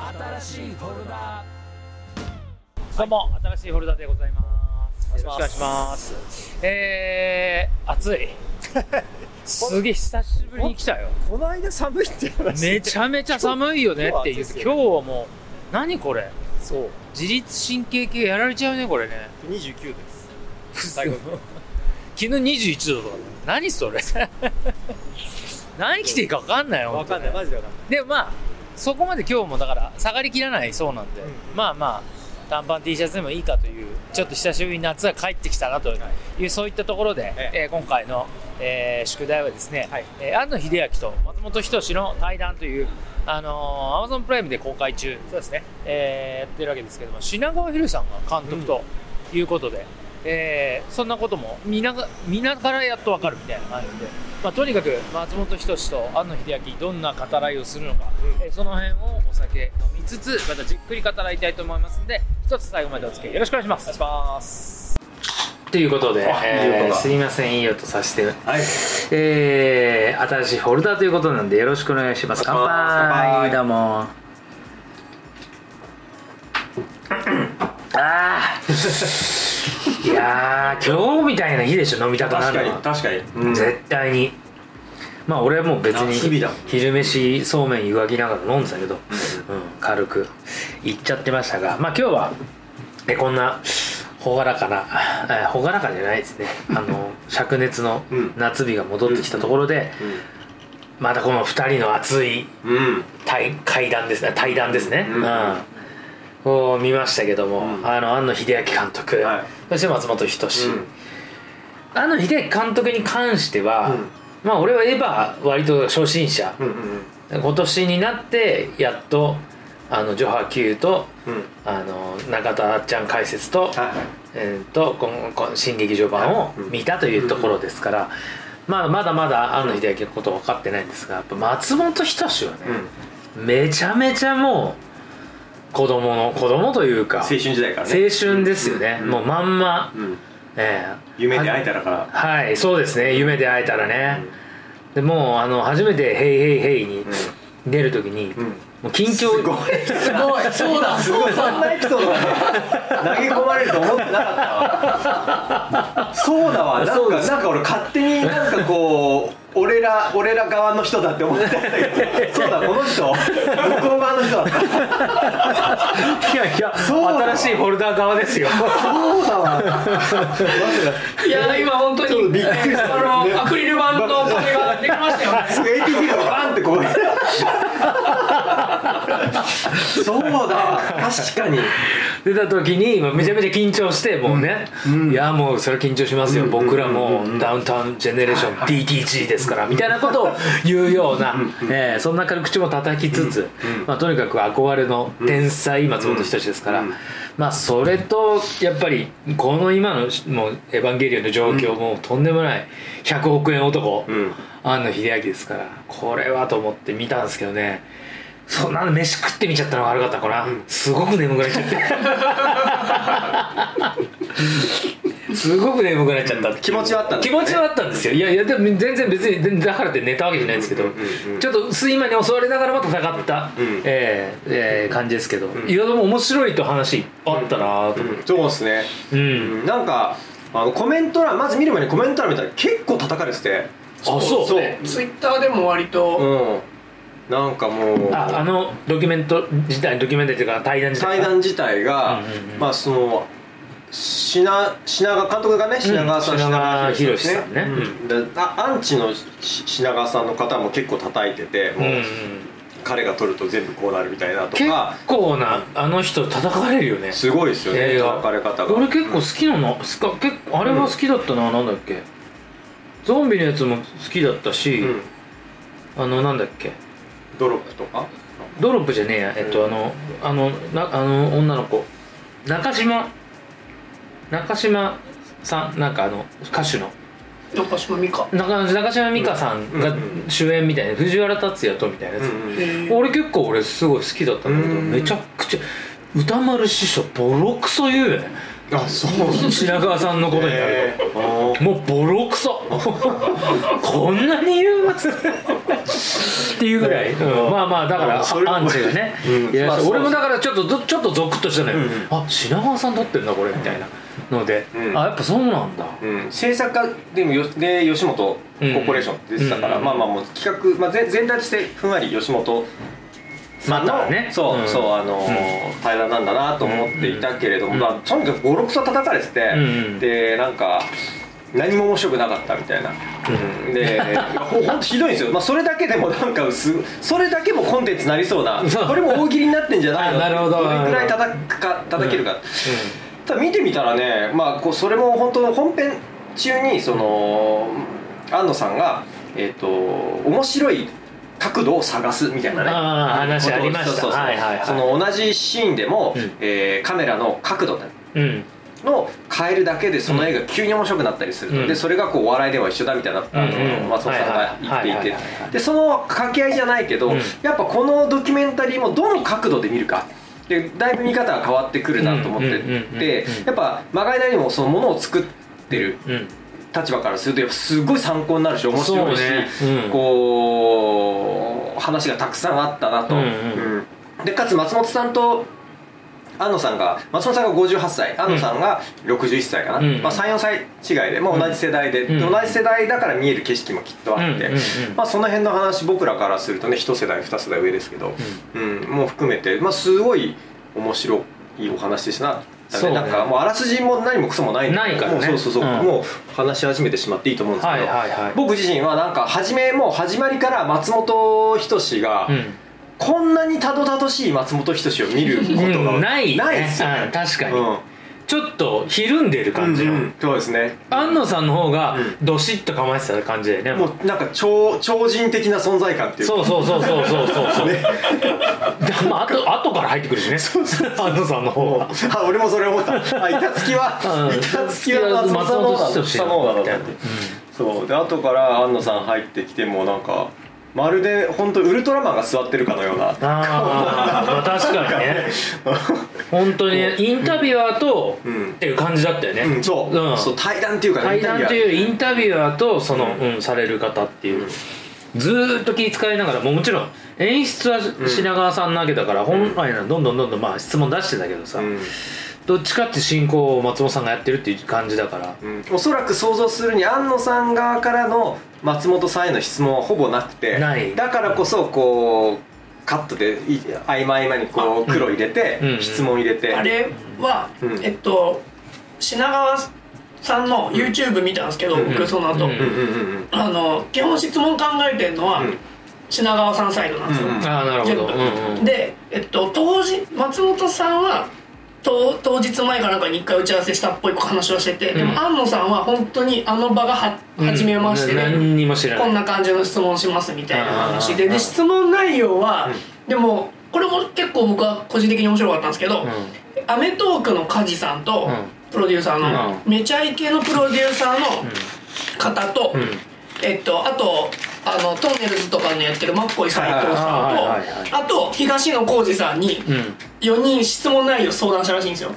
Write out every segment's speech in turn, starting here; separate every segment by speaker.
Speaker 1: 新しいフォルダ。
Speaker 2: どうも新しいフォルダでございます。よろしくお願いします。暑いすげえ久しぶりに来たよ。
Speaker 3: この間寒いって話
Speaker 2: めちゃめちゃ寒いよねっていう。今日はもう何これ、
Speaker 3: そう
Speaker 2: 自律神経系やられちゃうねこれね。
Speaker 3: 29度です最後
Speaker 2: 昨日21度とか何それ何着ていいか分かんないよ。
Speaker 3: 分かんないマジで分かんない。
Speaker 2: でもまあそこまで今日もだから下がりきらないそうなんで、まあまあ短パン T シャツでもいいかという、ちょっと久しぶりに夏が帰ってきたなという、そういったところで、今回の、宿題はですね、庵野秀明と松本人志の対談という、Amazon プライムで公開中、
Speaker 3: そうですね、
Speaker 2: やってるわけですけども、品川博さんが監督ということで、そんなことも見ながらやっと分かるみたいな感じで、まあ、とにかく松本人志と庵野秀明どんな語らいをするのか、その辺をお酒飲みつつまたじっくり語らいたいと思いますので、一つ最後までお付き合いよろしくお願いします。
Speaker 3: お願いします。
Speaker 2: ということで、すいませんいい音させて、新しいフォルダということなんでよろしくお願いします。乾杯。どうもいやー今日みたいな日でしょ飲みたくなるのは。
Speaker 3: 確かに、
Speaker 2: 絶対に。まあ俺はもう別に昼飯そうめん湯がきながら飲んでたけど、軽くいっちゃってましたが、まあ今日はこんな朗らかじゃないですね灼熱の夏日が戻ってきたところで、またこの2人の熱い対談ですね、を見ましたけども、庵野秀明監督、そして松本人志、庵野秀明監督に関しては、まあ俺はエヴァ割と初心者、今年になってやっとジョハ Q と、中田ちゃん解説と、新劇場版を見たというところですから、まあ、まだまだ庵野秀明のこと分かってないんですが、やっぱ松本人志はね、めちゃめちゃもう子供というか
Speaker 3: 青春時代からね、
Speaker 2: 青春ですよね、もうまんま、
Speaker 3: 夢で会えたらから、
Speaker 2: はい、そうですね、夢で会えたらね、でもう初めて「ヘイヘイヘイ」に出るときに、もう緊張すごいそうだ
Speaker 3: そんなエピソードが投げ込まれると思ってなかったわ。そうだわ、なんか俺勝手になんかこう俺ら側の人だって思ってたけど、そうだこの人向こう側の人だった。
Speaker 2: いや新しいフォルダー側ですよ。
Speaker 3: そうだわ。
Speaker 2: いや今本当に
Speaker 3: びっくりした。
Speaker 2: アクリル板の壁ができましたよね。
Speaker 3: ATP がバンってこうそうだ確かに
Speaker 2: 出た時にめちゃめちゃ緊張してもうね、いやもうそれ緊張しますよ、僕らもダウンタウンジェネレーション DTG ですからみたいなことを言うような、そんな軽口も叩きつつ、まあ、とにかく憧れの天才松本人志ですから、まあそれとやっぱりこの今のもうエヴァンゲリオンの状況もとんでもない100億円男、庵野秀明ですから、これはと思って見たんですけどね、そんなの飯食ってみちゃったのが悪かったかな、すごく眠くなっちゃってすごく眠くなっちゃった。
Speaker 3: 気持ちはあったんですね。
Speaker 2: 気持ちはあったんですよ。いやでも全然別にだからって寝たわけじゃないんですけど、ちょっと睡魔に襲われながらも戦った、感じですけど、いやでも面白いと話いっぱいあったなと思って、
Speaker 3: そうですね、なんかコメント欄まず見る前にコメント欄見たら結構叩かれてて、
Speaker 2: そう
Speaker 1: ツイッターでも割と、
Speaker 3: なんかもう
Speaker 2: ドキュメンタリーというか対談
Speaker 3: 自体が、まあその品川監督がね、品川さん、
Speaker 2: 品川博さんね、
Speaker 3: アンチの品川さんの方も結構叩いてて、もう彼が撮ると全部こうなるみたいなとか、
Speaker 2: 結構な人叩かれるよね。
Speaker 3: すごいですよね、叩かれ方が。
Speaker 2: 俺結構好きなの、結構あれは好きだったな、なんだっけ、ゾンビのやつも好きだったし、なんだっけ、
Speaker 3: ドロップとか、
Speaker 2: ドロップじゃねえや、女の子、中島さん、なんか歌手の
Speaker 1: 中島美嘉
Speaker 2: さんが主演みたいな、藤原竜也とみたいなやつ、俺すごい好きだったんだけど、めちゃくちゃ歌丸師匠ボロクソ言うよね。
Speaker 3: あ、そう
Speaker 2: 品川さんのことになると、もうボロクソこんなに言うっていうぐらい、まあまあだからアンチがね、俺もだからちょっとゾクッとしたのよ、あ、品川さん撮ってんだこれみたいなので、あ、やっぱそうなんだ、
Speaker 3: 制作家でもで吉本コーポレーションって言ってたから、まあまあもう企画、全体としてふんわり吉本
Speaker 2: またね、
Speaker 3: そう対談なんだなと思っていたけれども、とにかくボロクソ叩かれてて、でなんか何も面白くなかったみたいな、でほんとひどいんですよ、それだけでもなんかそれだけもコンテンツになりそうな、これも大喜利になってんじゃないの、
Speaker 2: なるほど、
Speaker 3: どれくらい叩けるか、ただ見てみたらね、こうそれも本当本編中にその安野さんが面白い角度を探すみたいなね
Speaker 2: 話ありました。
Speaker 3: その同じシーンでも、カメラの角度の変えるだけでその映画急に面白くなったりすると、でそれがこうお笑いでは一緒だみたいな松本さんが言っていて、でその掛け合いじゃないけど、やっぱこのドキュメンタリーもどの角度で見るかでだいぶ見方が変わってくるなと思ってて、やっぱまがいなりもそのものを作ってる立場からするとやっぱすごい参考になるし面白いし、こう話がたくさんあったなと、でかつ松本さんと安野さんが松本さんが58歳安野さんが61歳かな、34歳違いで、同じ世代で、同じ世代だから見える景色もきっとあって、その辺の話僕らからするとね1世代2世代上ですけど、もう含めて、すごい面白いお話でしたな。なんかもうあらすじも何もクソもない
Speaker 2: からね、
Speaker 3: もう話し始めてしまっていいと思うんですけど、僕自身はなんかもう始まりから松本人志が、こんなにたどたどしい松本人志を見ることがないですよね。
Speaker 2: 確かに、ちょっとひるんでる感じの、
Speaker 3: そうですね。
Speaker 2: 安野さんの方がどしっと構えてた感じでね、
Speaker 3: もうなんか超人的な存在感っていうか、
Speaker 2: そう後から入ってくるしね、安野さんの方は。
Speaker 3: 俺もそれ思った。板付きは松本人志の方だみたいな。そうで後から安野さん入ってきてもなんかまるで本当ウルトラマンが座ってるかのような。
Speaker 2: 確かにね。本当にインタビュアーとっていう感じだったよね。
Speaker 3: そう対談っていうか
Speaker 2: 対談というインタビュアーとそのされる方っていう、ずーっと気遣いながら、もちろん演出は品川さんなわけだから本来ならどんどん質問出してたけどさ、どっちかって進行を松本さんがやってるっていう感じだから、
Speaker 3: おそらく想像するに安野さん側からの松本さんへの質問はほぼなくて、だからこそこうカットで合間にこう黒入れて、質問入れて、
Speaker 1: あれは、品川さんの YouTube 見たんですけど、僕その後、基本質問考えてるのは、品川さんサイドなんですよ。
Speaker 2: なるほど。
Speaker 1: で、当時松本さんは当日前かなんかに1回打ち合わせしたっぽい話をしてて、でも安野さんは本当にあの場が初めましてで、
Speaker 2: 何にも知らない、
Speaker 1: こんな感じの質問しますみたいな話で、質問内容は、でもこれも結構僕は個人的に面白かったんですけど、アメトーークの梶さんと、プロデューサーの、めちゃイケのプロデューサーの方と、あとトンネルズとかのやってるマッコイ斉藤さんと、あと東野幸治さんに4人質問内容相談したらしいんですよ。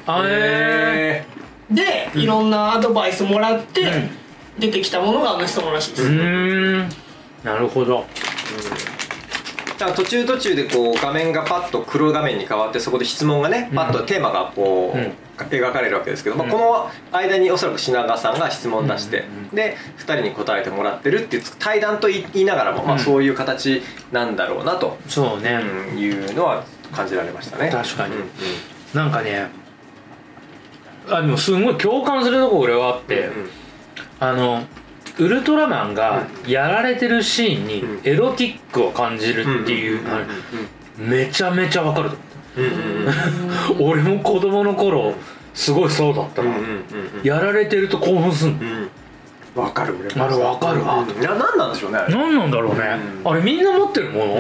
Speaker 1: でいろんなアドバイスもらって出てきたものがあの質問らしいです。
Speaker 2: なるほど。
Speaker 3: 途中でこう画面がパッと黒画面に変わって、そこで質問がねパッとテーマがこう描かれるわけですけど、この間におそらく品川さんが質問出して、で2人に答えてもらってるっていう対談と言いながらも、そういう形なんだろうなというのは感じられましたね。
Speaker 2: 確かに、なんかね、でもすごい共感するとこ俺はあって、ウルトラマンがやられてるシーンにエロティックを感じるっていう、めちゃめちゃわかると思う。俺も子供の頃すごいそうだったな。やられてると興奮すんの。
Speaker 3: わかる。
Speaker 2: あれわかるわ。
Speaker 3: 何なんでしょうね。
Speaker 2: 何なんだろうね。あれみんな持ってるもの？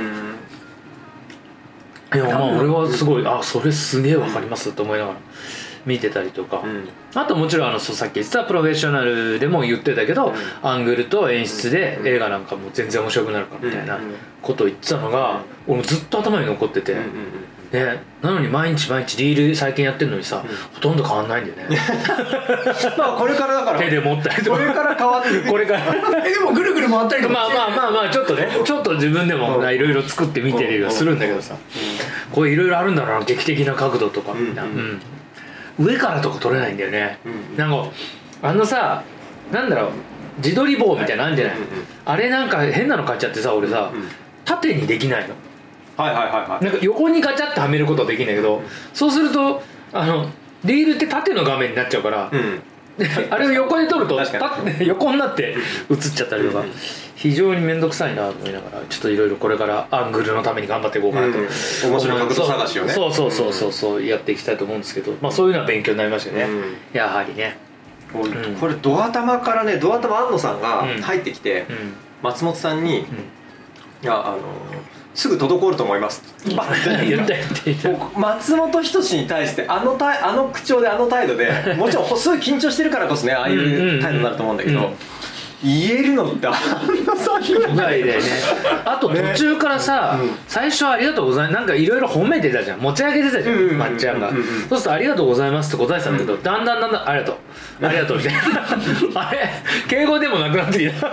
Speaker 2: いや俺はすごいそれすげえわかりますと思いながら見てたりとか、あともちろんさっき言ってたプロフェッショナルでも言ってたけど、アングルと演出で映画なんかも全然面白くなるかみたいなことを言ってたのが俺もずっと頭に残ってて、 ね、なのに毎日リール最近やってるのにさ、ほとんど変わんないんだよね
Speaker 3: まあこれからだから
Speaker 2: 手で持ったりとか
Speaker 3: これから変わっていく
Speaker 2: これから
Speaker 1: でもぐるぐる回ったりとか
Speaker 2: まあちょっとねちょっと自分でもいろいろ作ってみてるよするんだけどさ、これいろいろあるんだろうな、劇的な角度とかみたいな、上からとか撮れないんだよね、なんかさ、なんだろう、自撮り棒みたいなのあるんじゃない、あれなんか変なの買っちゃってさ、俺さ、縦にできないの。なんか横にガチャってはめることはできるんだけど、そうするとリールって縦の画面になっちゃうから、あれを横に撮ると横になって映っちゃったりとか、非常に面倒くさいなと思いながら、ちょっといろいろこれからアングルのために頑張っていこうかなと、
Speaker 3: 面白い角度探しをね、
Speaker 2: そうやっていきたいと思うんですけど、まあそういうのは勉強になりましたよね、やはりね。
Speaker 3: これドア玉からね、ドア玉安野さんが入ってきて、松本さんに「いやすぐ滞ると思います」って松本人志に対してあの口調であの態度で、もちろんすごい緊張してるからこそね、ああいう態度になると思うんだけど、言えるのってあんなさ
Speaker 2: ぐらいだよね。あと途中からさ、最初はありがとうございます、なんかいろいろ褒めてたじゃん、持ち上げてたじゃん、まっちゃんが。そうするとありがとうございますって答えてたんだけど、だんだんありがとうみたいなあれ敬語でもなくなってきた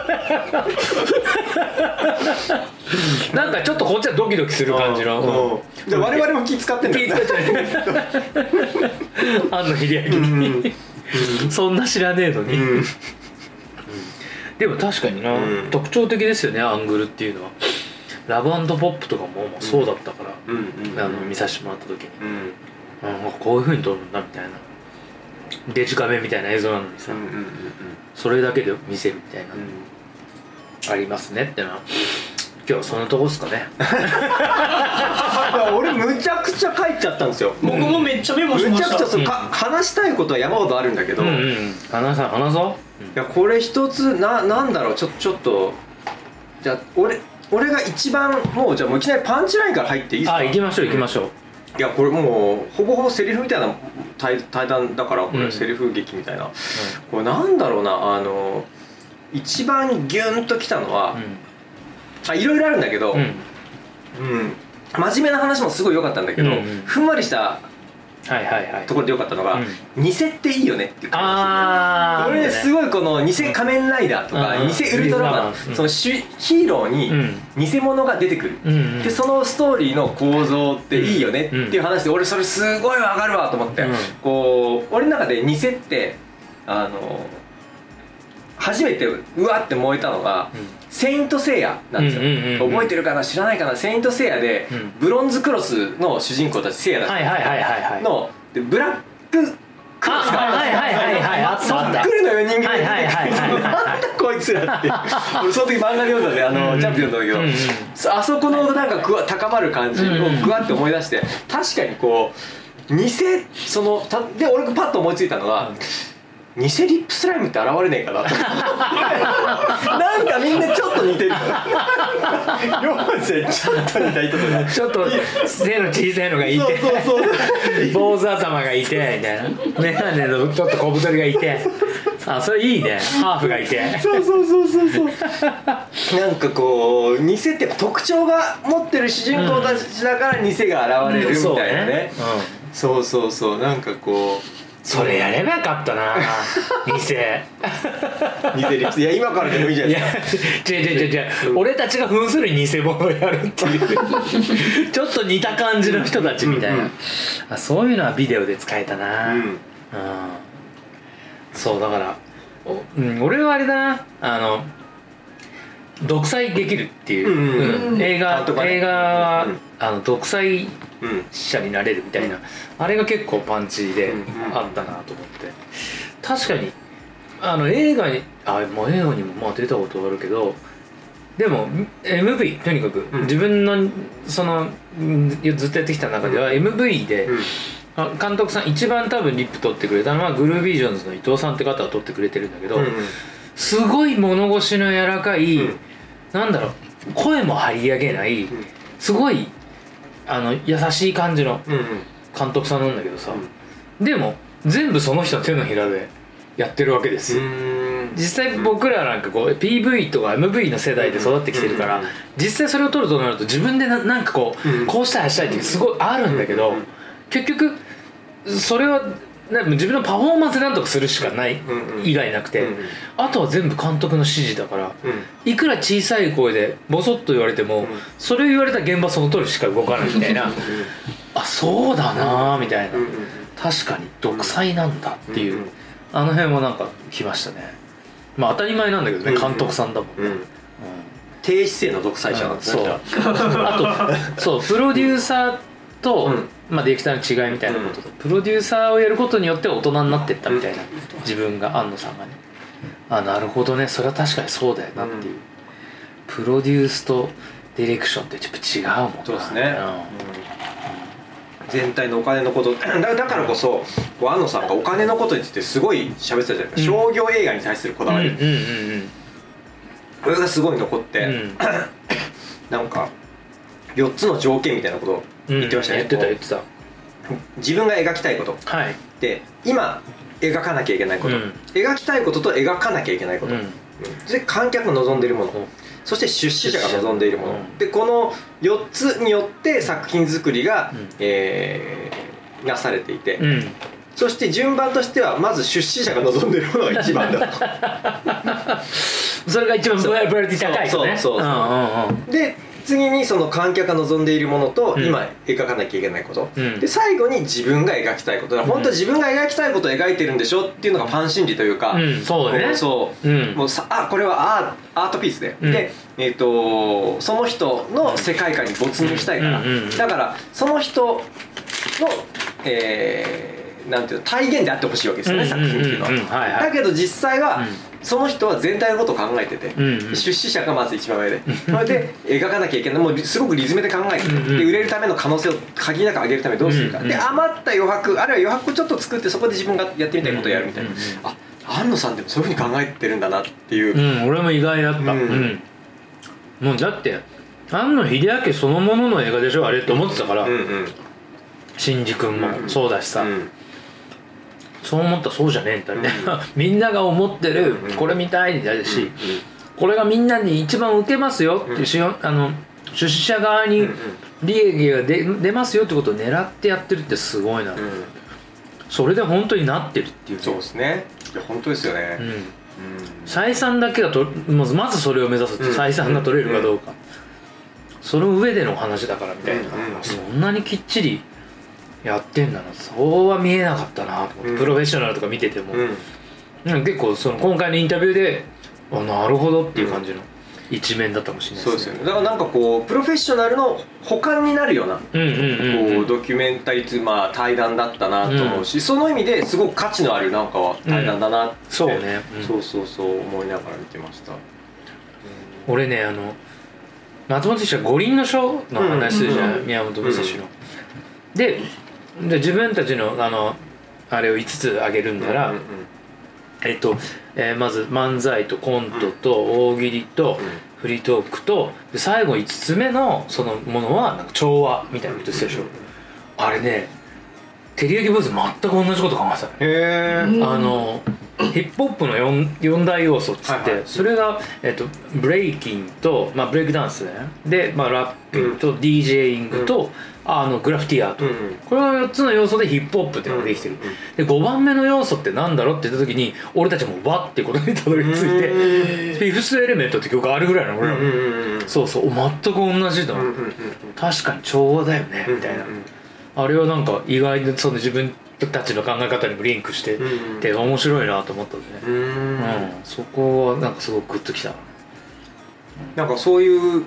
Speaker 2: なんかちょっとこっちはドキドキする感じの、
Speaker 3: で我々も気使ってんだよね、
Speaker 2: 庵野秀明にそんな知らねえのに、でも確かにな、特徴的ですよね、アングルっていうのは。ラブ&ポップとかもそうだったから、見させてもらった時に、こういう風に撮るんだみたいな、デジカメみたいな映像なのにさ、それだけで見せるみたいな、ありますねってのは、今日はそのとこっすかね
Speaker 3: 俺むちゃくちゃ書いちゃったんですよ。
Speaker 1: 僕もめっちゃメモしました。
Speaker 3: むちゃくちゃ話したいことは山ほどあるんだけど、
Speaker 2: 話そう、
Speaker 3: いやこれ一つなんだろう、ちょっとじゃあ俺が一番もういきなりパンチラインから入っていいですか。
Speaker 2: 行きましょう。
Speaker 3: いやこれもうほぼほぼセリフみたいな対談だから、これセリフ劇みたいな、これなんだろうな、一番ギュンときたのは、いろいろあるんだけど、真面目な話もすごい良かったんだけど、ふんわりしたところで良かったのが、偽っていいよねっていう感じ。これすごいこの偽仮面ライダーとか偽ウルトラマン、そのヒーローに偽物が出てくる、でそのストーリーの構造っていいよねっていう話で、俺それすごいわかるわと思って、こう俺の中で偽って初めてうわって燃えたのが、セイントセイヤなんですよ。覚えてるかな、知らないかな。セイントセイヤでブロンズクロスの主人公たち、セイヤたちのブラッククロスがそっくりの4人組で、なんだこいつらって俺その時漫画で読んだんで、ジャンプ読んだんだけど、あそこのなんか高まる感じをグワって思い出して、確かにこうで俺がパッと思いついたのが、偽リップスライムって現れねえかなとなんかみんなちょっと似てる4世ちょっと似た人とか、
Speaker 2: ちょっと背の小さいのがいて、坊主頭がいてみたいな、メガネのちょっと小太りがいて、それいいね、ハーフがいて、
Speaker 3: そうなんかこう偽って特徴が持ってる主人公たちだから偽が現れるみたいなね、そうなんかこう
Speaker 2: それやればよかったな偽
Speaker 3: リップ、いや今からでもいいじゃないですか。
Speaker 2: 違う、俺たちが扮する偽物をやるっていうちょっと似た感じの人たちみたいな、そういうのはビデオで使えたな、そうだから俺はあれだな、独裁できるっていう、映画は独裁者になれるみたいな、あれが結構パンチであったなと思って、確かに映画にもう映画にも出たことあるけど、でも MV とにかく自分のそのずっとやってきた中では MV で監督さん一番多分リップ撮ってくれたのはグルービージョンズの伊藤さんって方が撮ってくれてるんだけど、すごい物腰の柔らかい、なんだろう、声も張り上げない、すごい優しい感じの監督さんなんだけどさ、でも全部その人の手のひらでやってるわけですよ。 実際僕らなんかこう PV とか MV の世代で育ってきてるから実際それを撮るとなると自分でなんかこうこうしたいああしたいってすごいあるんだけど結局それは自分のパフォーマンスなんとかするしかない以外なくてあとは全部監督の指示だからいくら小さい声でボソッと言われてもそれを言われた現場その通りしか動かないみたいなあそうだなみたいな確かに独裁なんだっていうあの辺はなんか来ましたね。まあ当たり前なんだけどね監督さんだもんね。
Speaker 3: 低姿勢の独裁者なんですね。
Speaker 2: あとそうプロデューサーとまあディレクターの違いみたいなこととプロデューサーをやることによって大人になってったみたいな自分が安野さんがねあなるほどねそれは確かにそうだよなっていうプロデュースとディレクションってちょっと違うもんな。
Speaker 3: そうですね。全体のお金のことだからこそ安野さんがお金のことについてすごい喋ってたじゃないですか。商業映画に対するこだわりこれがすごい残ってなんか4つの条件みたいなことを言ってましたね。
Speaker 2: 言ってた
Speaker 3: 自分が描きたいこと、
Speaker 2: はい、
Speaker 3: で今描かなきゃいけないこと、描きたいことと描かなきゃいけないこと、で観客が望んでいるもの、そして出資者が望んでいるもの、でこの4つによって作品作りが、なされていて、そして順番としてはまず出資者が望んでいるものが一番だと
Speaker 2: それが一番プライオリティ高いよね。
Speaker 3: そうで次にその観客が望んでいるものと今描かなきゃいけないこと、で最後に自分が描きたいことだ。本当は自分が描きたいことを描いてるんでしょっていうのがファン心理というか、
Speaker 2: そうね
Speaker 3: もうこれはアートピースで、で、その人の世界観に没入したいから、だからその人のなんていうの体現であってほしいわけですよね、作品っていうのは。だけど実際はその人は全体のことを考えてて、出資者がまず一番上でそれで描かなきゃいけないもうすごく理詰めで考えてて、で売れるための可能性を限りなく上げるためにどうするか、で余った余白あるいは余白をちょっと作ってそこで自分がやってみたいことをやるみたいな、安野さんでもそういうふうに考えてるんだなっていう、
Speaker 2: 俺も意外だった、もうだって安野秀明そのものの映画でしょあれって思ってたから、真司君もそうだしさ、そう思ったらそうじゃねえんだみたいな、みんなが思ってるこれ見たいんだし、これがみんなに一番受けますよっていう出資者側に利益が出ますよってことを狙ってやってるってすごいな、それで本当になってるっていう。
Speaker 3: そうですね、本当ですよね。
Speaker 2: 採算だけがまずそれを目指すって採算が取れるかどうか、その上での話だからみたいな、そんなにきっちりやってんだな、そうは見えなかったなと思って、プロフェッショナルとか見てても、結構その今回のインタビューでなるほどっていう感じの一面だったかもしれないですね。
Speaker 3: そうですよね。だからなんかこうプロフェッショナルの補完になるようなドキュメンタリーという対談だったなと思うし、その意味ですごく価値のあるなんかは対談だなって、
Speaker 2: そうね、
Speaker 3: そう思いながら見てました。
Speaker 2: 俺ね松本氏は五輪の書の話するじゃん、宮本武蔵の。で自分たちのあれを5つ挙げるんなら、まず漫才とコントと大喜利とフリートークとで最後5つ目のそのものはなんか調和みたいなことしてるでしょ。あれね照り焼き坊主全く同じこと考えてた。ヒップホップの 4大要素っつって、それが、ブレイキンと、ブレイクダンスねで、ラップと DJing と、グラフィティアート、これの4つの要素でヒップホップっていうのができてる、で5番目の要素ってなんだろうって言った時に俺たちもわってことにたどり着いて、フィフスエレメントって曲あるぐらいの俺らも、そう全く同じだ、確かに調和だよねみたいな、あれはなんか意外にその自分たちの考え方にもリンクしてて面白いなと思ったんでね、そこはなんかすごくグッときた。
Speaker 3: なんかそういう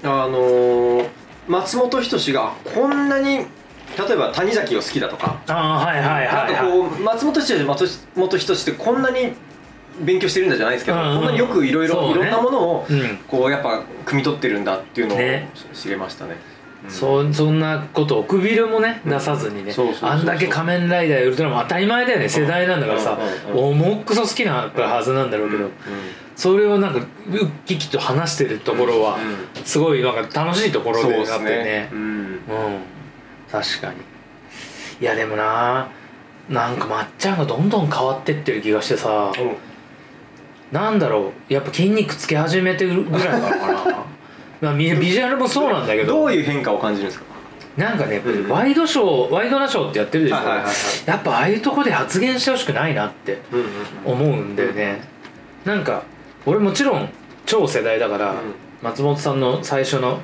Speaker 3: 松本人志がこんなに例えば谷崎を好きだとか、なんかこう松本人志ってこんなに勉強してるんだじゃないですけど、こんなによくいろんなものをこうやっぱ汲み取ってるんだっていうのを知れましたね。
Speaker 2: そんなことをくびるもね出さずにね、あんだけ仮面ライダーウルトラマン当たり前だよね、世代なんだからさ、重くそ好きなはずなんだろうけど、それをなんかウッキキと話してるところはすごいなんか楽しいところであってね、確かに。いやでもなんかまっちゃんがどんどん変わってってる気がしてさ、 なんだろうやっぱ筋肉つけ始めてるぐらいからかなまあビジュアルもそうなんだけど
Speaker 3: どういう変化を感じるんですか？
Speaker 2: なんかねやっぱりワイドナショーってやってるでしょ、やっぱああいうとこで発言してほしくないなって思うんだよね。なんか俺もちろん超世代だから、松本さんの最初の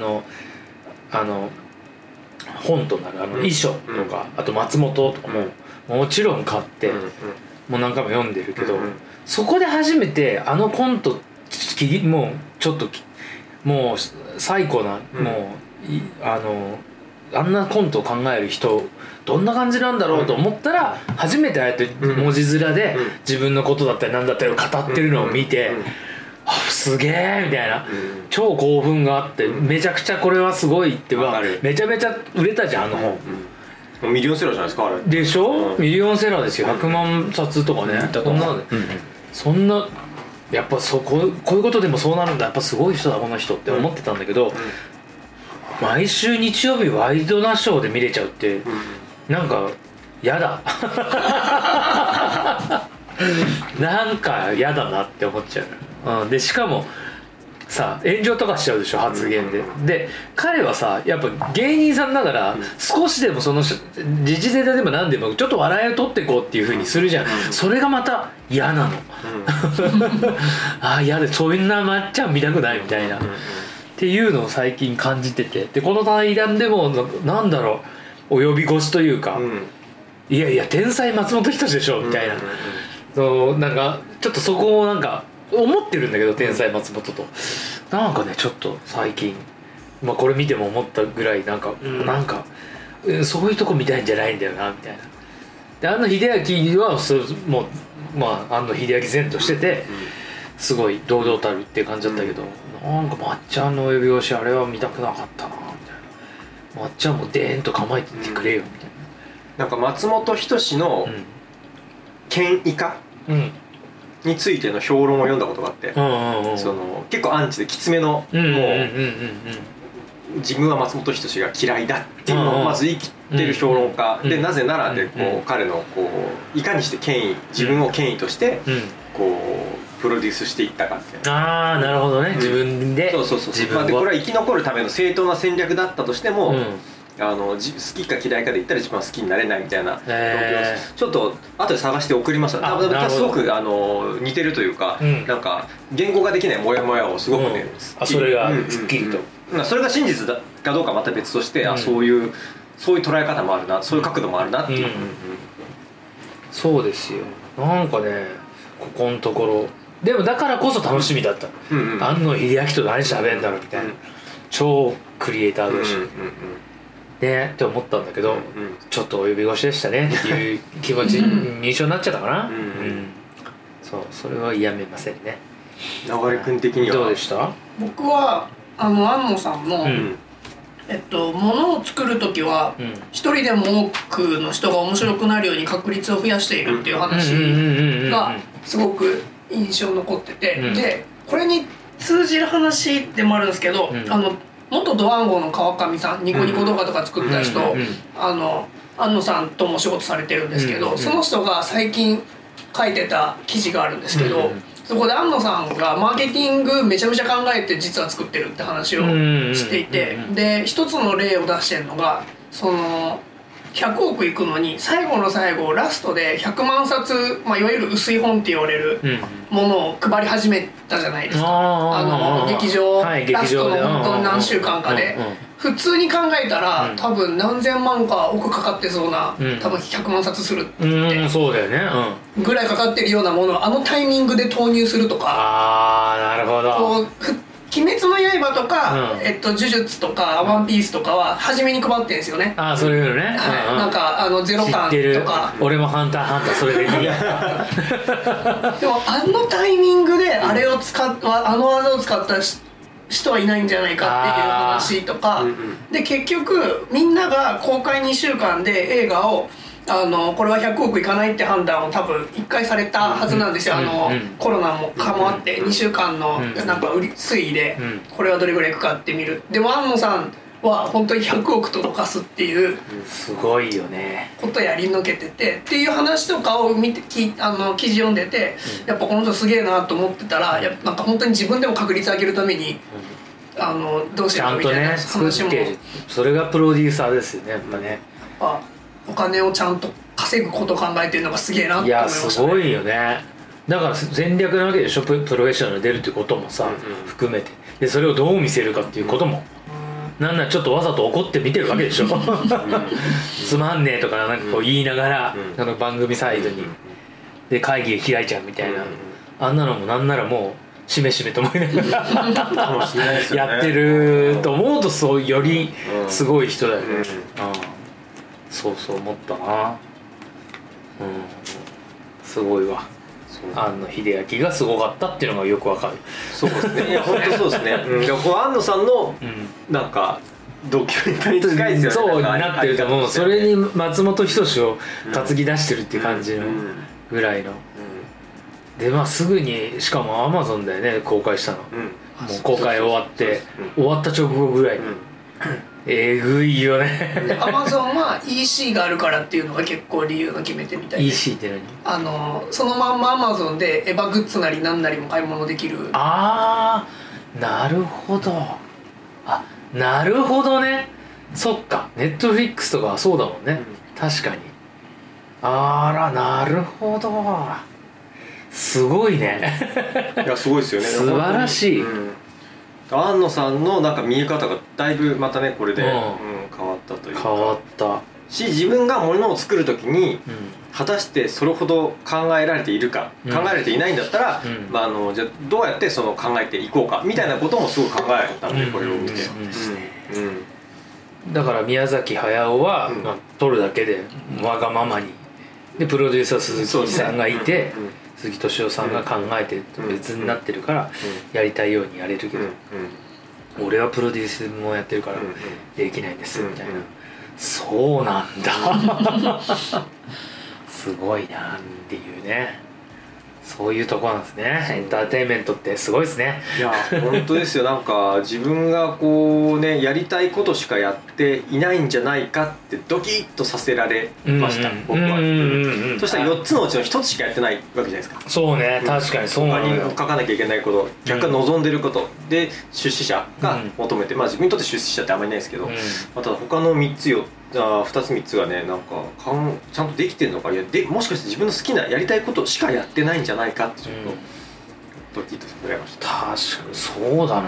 Speaker 2: 本となる遺書とか、あと松本とかももちろん買って、もう何回も読んでるけど、そこで初めてコントもうちょっともう最高な、もうあんなコントを考える人どんな感じなんだろうと思ったら、初めてああやって文字面で自分のことだったり何だったりを語ってるのを見て、すげえみたいな、超興奮があって、めちゃくちゃこれはすごいってめちゃめちゃ売れたじゃん本、
Speaker 3: ミリオンセラーじゃないですかあれ
Speaker 2: でしょ、ミリオンセラーですよ、100万冊とかね、そんなやっぱこういうことでもそうなるんだ、やっぱすごい人だこの人って思ってたんだけど、毎週日曜日ワイドナショーで見れちゃうって、なんかやだなんかやだなって思っちゃう、でしかもさ炎上とかしちゃうでしょ発言で、で彼はさやっぱ芸人さんだから、少しでもその時事ネタでも何でもちょっと笑いを取っていこうっていう風にするじゃん、それがまた嫌なの、ああ嫌でそんなまっちゃん見たくないみたいな、っていうのを最近感じてて、でこの対談でもなんだろう及び腰というか、いやいや天才松本人志でしょみたいな、なんかちょっとそこをなんか思ってるんだけど、天才松本となんかねちょっと最近、これ見ても思ったぐらいなんかそういうとこ見たいんじゃないんだよなみたいな。で秀明はもう秀明前としててすごい堂々たるっていう感じだったけど、なんかまっちゃんの及び腰あれは見たくなかったなみたいな、まっちゃんもデーンと構えていってくれよみたいな、
Speaker 3: なんか松本人志の権威化についての評論を読んだことがあって、結構アンチできつめの、もう自分は松本人志が嫌いだっていうのをまず言い切ってる評論家で、なぜならで彼のいかにして自分を権威としてプロデュースしていったかっていう。
Speaker 2: ああなるほどね、自分で
Speaker 3: でこれは生き残るための正当な戦略だったとしても、好きか嫌いかで言ったら自分は好きになれないみたいな、ちょっと後で探して送りました。すごく似てるというか、なんか言語ができないモヤモヤをすごくね、
Speaker 2: それがすっきりと、
Speaker 3: それが真実かどうかまた別として、そういう捉え方もあるな、そういう角度もあるなっていう、
Speaker 2: そうですよ。なんかねここのところでもだからこそ楽しみだった、庵野秀明と何喋んだろうみたいな、超クリエイターだし、ねって思ったんだけど、ちょっと及び腰でしたねっていう気持ち認証になっちゃったかな。それはやめませんね。
Speaker 3: 流君的には
Speaker 2: どうでした？
Speaker 1: 僕は庵野さんの、物を作る時は一人でも多くの人が面白くなるように確率を増やしているっていう話がすごく印象に残ってて、でこれに通じる話でもあるんですけど、元ドワンゴの川上さん、ニコニコ動画とか作った人、庵野さんともお仕事されてるんですけど、その人が最近書いてた記事があるんですけど、そこで庵野さんがマーケティングめちゃめちゃ考えて実は作ってるって話をしていて、で一つの例を出してるのが、その100億いくのに最後の最後ラストで100万冊、いわゆる薄い本って言われるものを配り始めたじゃないですか、劇場、ラストの本当に何週間かで。普通に考えたら、多分何千万か億かかってそうな、多分100万冊するって
Speaker 2: そうだよね、
Speaker 1: ぐらいかかってるようなものをタイミングで投入するとか、
Speaker 2: なるほど、
Speaker 1: 鬼滅の刃とか、呪術とかワンピースとかは初めに配ってんですよね。
Speaker 2: そういうのね、
Speaker 1: なんかゼロ感とか。
Speaker 2: 俺もハンターハンターそれで
Speaker 1: でもタイミングであの技を使った人はいないんじゃないかっていう話とかで、結局みんなが公開2週間で映画をこれは100億いかないって判断を多分1回されたはずなんですよ。コロナもあって2週間のなんか推移でこれはどれぐらいいくかって見る。でも庵野さんは本当に100億届かすっていう
Speaker 2: すごいよね
Speaker 1: ことやり抜けててっていう話とかを見て記事読んでて、やっぱこの人すげえなと思ってたら、やっぱなんか本当に自分でも確率上げるために、どうしようみたいな話も、
Speaker 2: ちゃんとねそれがプロデューサーですよねやっぱね。
Speaker 1: やっぱお金をちゃんと稼ぐことを考えてるのがすげえなって思いましたね。
Speaker 2: いやすごいよね。だから戦略なわけでしょ、プロフェッショナル出るってこともさ、含めてでそれをどう見せるかっていうことも、なんならちょっとわざと怒って見てるわけでしょつまんねえとかなんかこう言いながら、番組サイドにで会議開いちゃうみたいな、あんなのもなんならもうしめしめと思いながらやってると思うと、そうよりすごい人だよね。そうそう思ったな。すごいわ。庵野秀明がすごかったっていうのがよくわかる。
Speaker 3: そうですね。いや本当そうですね。この庵野さんのなんかドキュメンタリーに近いですよね。
Speaker 2: そうになってると思う。それに松本人志を担ぎ出してるっていう感じのぐらいの。でまあすぐにしかも Amazon だよね公開したの。もう公開終わって終わった直後ぐらいに。えぐいよね。
Speaker 1: アマゾンは EC があるからっていうのが結構理由の決め手みたいで、
Speaker 2: EC って何？
Speaker 1: そのまんまアマゾンでエヴァグッズなりなんなりも買い物できる。
Speaker 2: ああなるほど。あなるほどね。そっかネットフリックスとかはそうだもんね、確かに。あらなるほど、すごいね
Speaker 3: いやすごいですよね。
Speaker 2: 素晴らしい。
Speaker 3: 庵野さんのなんか見え方がだいぶまたねこれで、変わったというか、
Speaker 2: 変わった
Speaker 3: し自分が物を作る時に、果たしてそれほど考えられているか、考えられていないんだったら、じゃあどうやってその考えていこうかみたいなこともすごい考えたので、これを見て、
Speaker 2: だから宮崎駿は、撮るだけでわがままにでプロデューサー鈴木さんがいて、鈴木敏夫さんが考えて別になってるからやりたいようにやれるけど、俺はプロデュースもやってるからできないんですみたいな。そうなんだすごいなっていうね。そういうとこなんですね。エンターテインメントってすごいですね。
Speaker 3: いや本当ですよ。なんか自分がこうねやりたいことしかやっていないんじゃないかってドキッとさせられました、僕は。そしたら4つのうちの1つしかやってないわけじゃないですか。
Speaker 2: そうね、確かにそうなのよ。
Speaker 3: 他に書かなきゃいけないこと、逆に望んでることで出資者が求めて、まあ自分にとって出資者ってあんまりないですけど、ただ他の2つ3つがねなんかちゃんとできてるのか、いやもしかして自分の好きなやりたいことしかやってないんじゃないかってちょっとドキッとさせられました。
Speaker 2: 確かにそうだな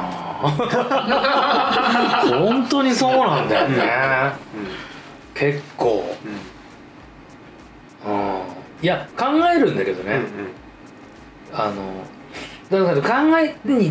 Speaker 2: 本当にそうなんだよね、結構、いや考えるんだけどね、だから考えに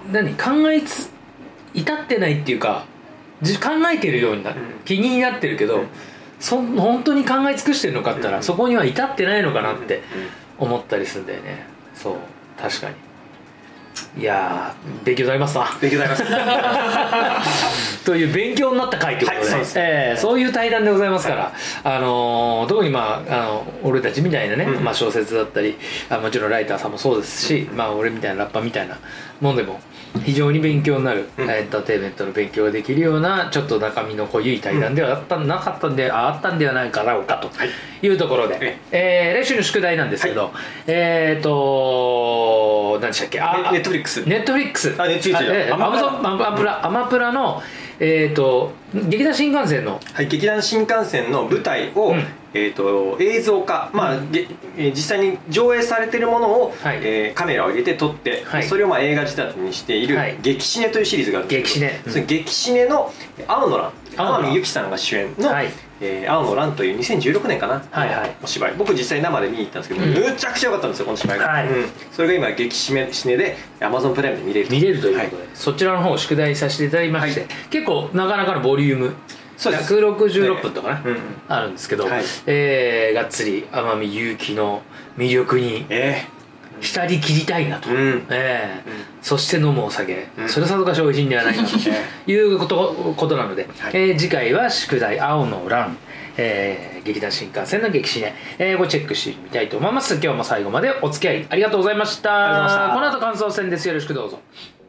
Speaker 2: 至ってないっていうか考えてるようにな、気になってるけど、本当に考え尽くしてるのかって言ったら、そこには至ってないのかなって思ったりするんだよね。そう確かに。いやー勉強になりますな。
Speaker 3: 勉強になります
Speaker 2: という勉強になった回ということで、そういう対談でございますから、特に俺たちみたいなね、小説だったりもちろんライターさんもそうですし、俺みたいなラッパーみたいなもんでも非常に勉強になる、エンターテインメントの勉強ができるようなちょっと中身の濃い対談ではあったんではないかろうかというところで、来週の宿題なんですけど、何でしたっけ、ネットフリックスアマプラの劇団新幹線の
Speaker 3: 劇団新幹線の舞台を、映像化、実際に上映されているものを、カメラを入れて撮って、それを映画仕立てにしている「劇シネ」というシリーズがあるんですけど、その劇シネの「青の乱」、天海祐希さんが主演の「青の乱」という2016年かな、お芝居、僕実際生で見に行ったんですけど、むちゃくちゃ良かったんですよこの芝居が、それが今劇シネで Amazon プライムで見れるということで、そ
Speaker 2: ちらの方を宿題させていただきまして、結構なかなかのボリューム166分とかね、あるんですけど、がっつり天海祐希の魅力に浸り切りたいなと、そして飲むお酒、それさぞかし美味しいんではないかということなので、次回は宿題青の乱、劇団新幹線の劇シネ、これチェックしてみたいと思います。今日も最後までお付き合いありがとうございました。この後感想戦です。よろしくどうぞ。